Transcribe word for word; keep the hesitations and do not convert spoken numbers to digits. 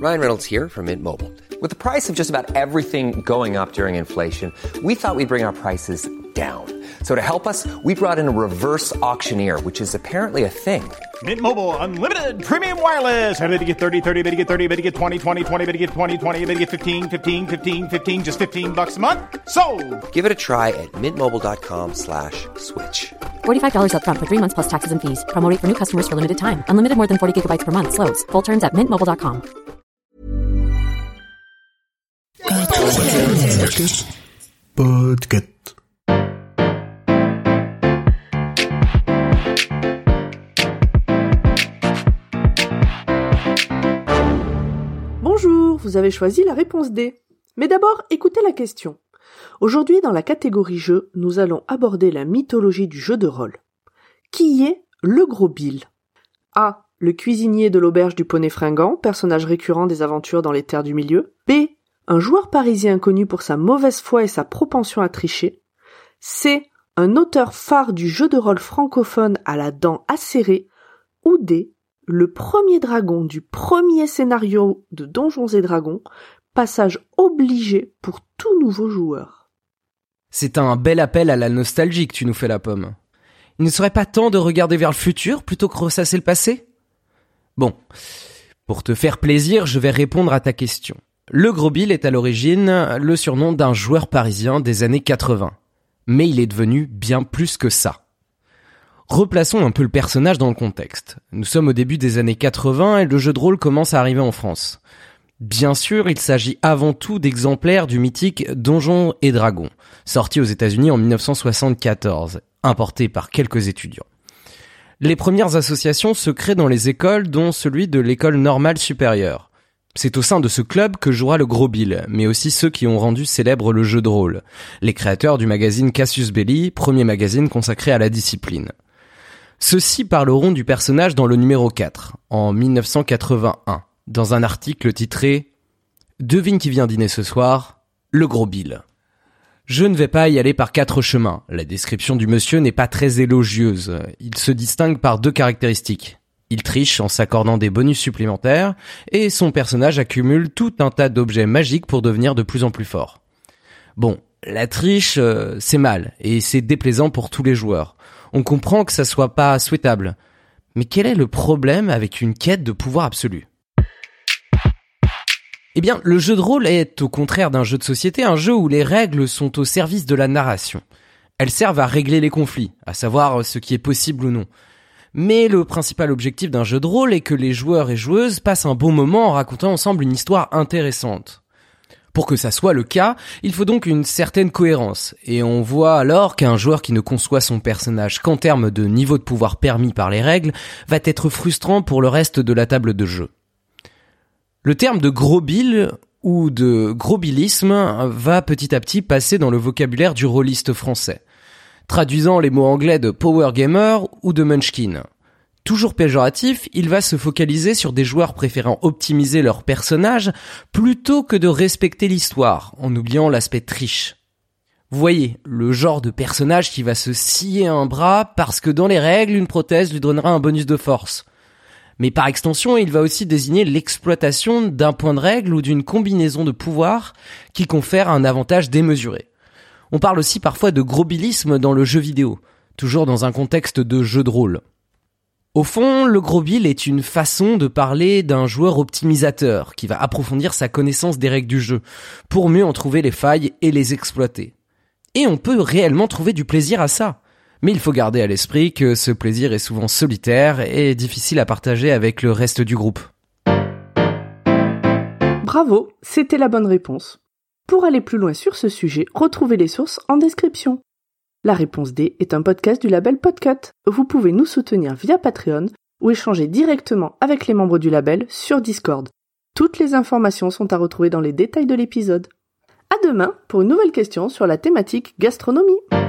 Ryan Reynolds here from Mint Mobile. With the price of just about everything going up during inflation, we thought we'd bring our prices down. So to help us, we brought in a reverse auctioneer, which is apparently a thing. Mint Mobile Unlimited Premium Wireless. How to get thirty, thirty, how to get thirty, how to get twenty, twenty, twenty, how to get twenty, twenty, how to get fifteen, fifteen, fifteen, fifteen, just fifteen bucks a month? Sold! Give it a try at mintmobile.com slash switch. forty-five dollars up front for three months plus taxes and fees. Promo rate for new customers for limited time. Unlimited more than forty gigabytes per month. Slows full terms at mint mobile dot com. Podcast. Podcast. Bonjour, vous avez choisi la réponse D. Mais d'abord, écoutez la question. Aujourd'hui, dans la catégorie jeu, nous allons aborder la mythologie du jeu de rôle. Qui est le Gros Bill? A. Le cuisinier de l'auberge du Poney Fringant, personnage récurrent des aventures dans les terres du milieu. B. Un joueur parisien connu pour sa mauvaise foi et sa propension à tricher. C. Un auteur phare du jeu de rôle francophone à la dent acérée. Ou D. Le premier dragon du premier scénario de Donjons et Dragons, passage obligé pour tout nouveau joueur. C'est un bel appel à la nostalgie que tu nous fais, la pomme. Il ne serait pas temps de regarder vers le futur plutôt que ressasser le passé? Bon, pour te faire plaisir, je vais répondre à ta question. Le Gros Bill est à l'origine le surnom d'un joueur parisien des années quatre-vingts. Mais il est devenu bien plus que ça. Replaçons un peu le personnage dans le contexte. Nous sommes au début des années quatre-vingts et le jeu de rôle commence à arriver en France. Bien sûr, il s'agit avant tout d'exemplaires du mythique Donjons et Dragons, sorti aux États-Unis en dix-neuf cent soixante-quatorze, importé par quelques étudiants. Les premières associations se créent dans les écoles, dont celui de l'école normale supérieure. C'est au sein de ce club que jouera le Gros Bill, mais aussi ceux qui ont rendu célèbre le jeu de rôle, les créateurs du magazine Cassius Belli, premier magazine consacré à la discipline. Ceux-ci parleront du personnage dans le numéro quatre, en dix-neuf cent quatre-vingt-un, dans un article titré « Devine qui vient dîner ce soir, le Gros Bill ». Je ne vais pas y aller par quatre chemins. La description du monsieur n'est pas très élogieuse. Il se distingue par deux caractéristiques. Il triche en s'accordant des bonus supplémentaires, et son personnage accumule tout un tas d'objets magiques pour devenir de plus en plus fort. Bon, la triche, euh, c'est mal, et c'est déplaisant pour tous les joueurs. On comprend que ça soit pas souhaitable. Mais quel est le problème avec une quête de pouvoir absolu? Eh bien, le jeu de rôle est, au contraire d'un jeu de société, un jeu où les règles sont au service de la narration. Elles servent à régler les conflits, à savoir ce qui est possible ou non. Mais le principal objectif d'un jeu de rôle est que les joueurs et joueuses passent un bon moment en racontant ensemble une histoire intéressante. Pour que ça soit le cas, il faut donc une certaine cohérence, et on voit alors qu'un joueur qui ne conçoit son personnage qu'en termes de niveau de pouvoir permis par les règles va être frustrant pour le reste de la table de jeu. Le terme de Gros Bill ou de Gros Billisme va petit à petit passer dans le vocabulaire du rôliste français, traduisant les mots anglais de Power Gamer ou de Munchkin. Toujours péjoratif, il va se focaliser sur des joueurs préférant optimiser leur personnage plutôt que de respecter l'histoire, en oubliant l'aspect triche. Vous voyez, le genre de personnage qui va se scier un bras parce que dans les règles, une prothèse lui donnera un bonus de force. Mais par extension, il va aussi désigner l'exploitation d'un point de règle ou d'une combinaison de pouvoirs qui confère un avantage démesuré. On parle aussi parfois de gros billisme dans le jeu vidéo, toujours dans un contexte de jeu de rôle. Au fond, le Gros Bill est une façon de parler d'un joueur optimisateur qui va approfondir sa connaissance des règles du jeu pour mieux en trouver les failles et les exploiter. Et on peut réellement trouver du plaisir à ça. Mais il faut garder à l'esprit que ce plaisir est souvent solitaire et difficile à partager avec le reste du groupe. Bravo, c'était la bonne réponse. Pour aller plus loin sur ce sujet, retrouvez les sources en description. La réponse D est un podcast du label Podcut. Vous pouvez nous soutenir via Patreon ou échanger directement avec les membres du label sur Discord. Toutes les informations sont à retrouver dans les détails de l'épisode. À demain pour une nouvelle question sur la thématique gastronomie.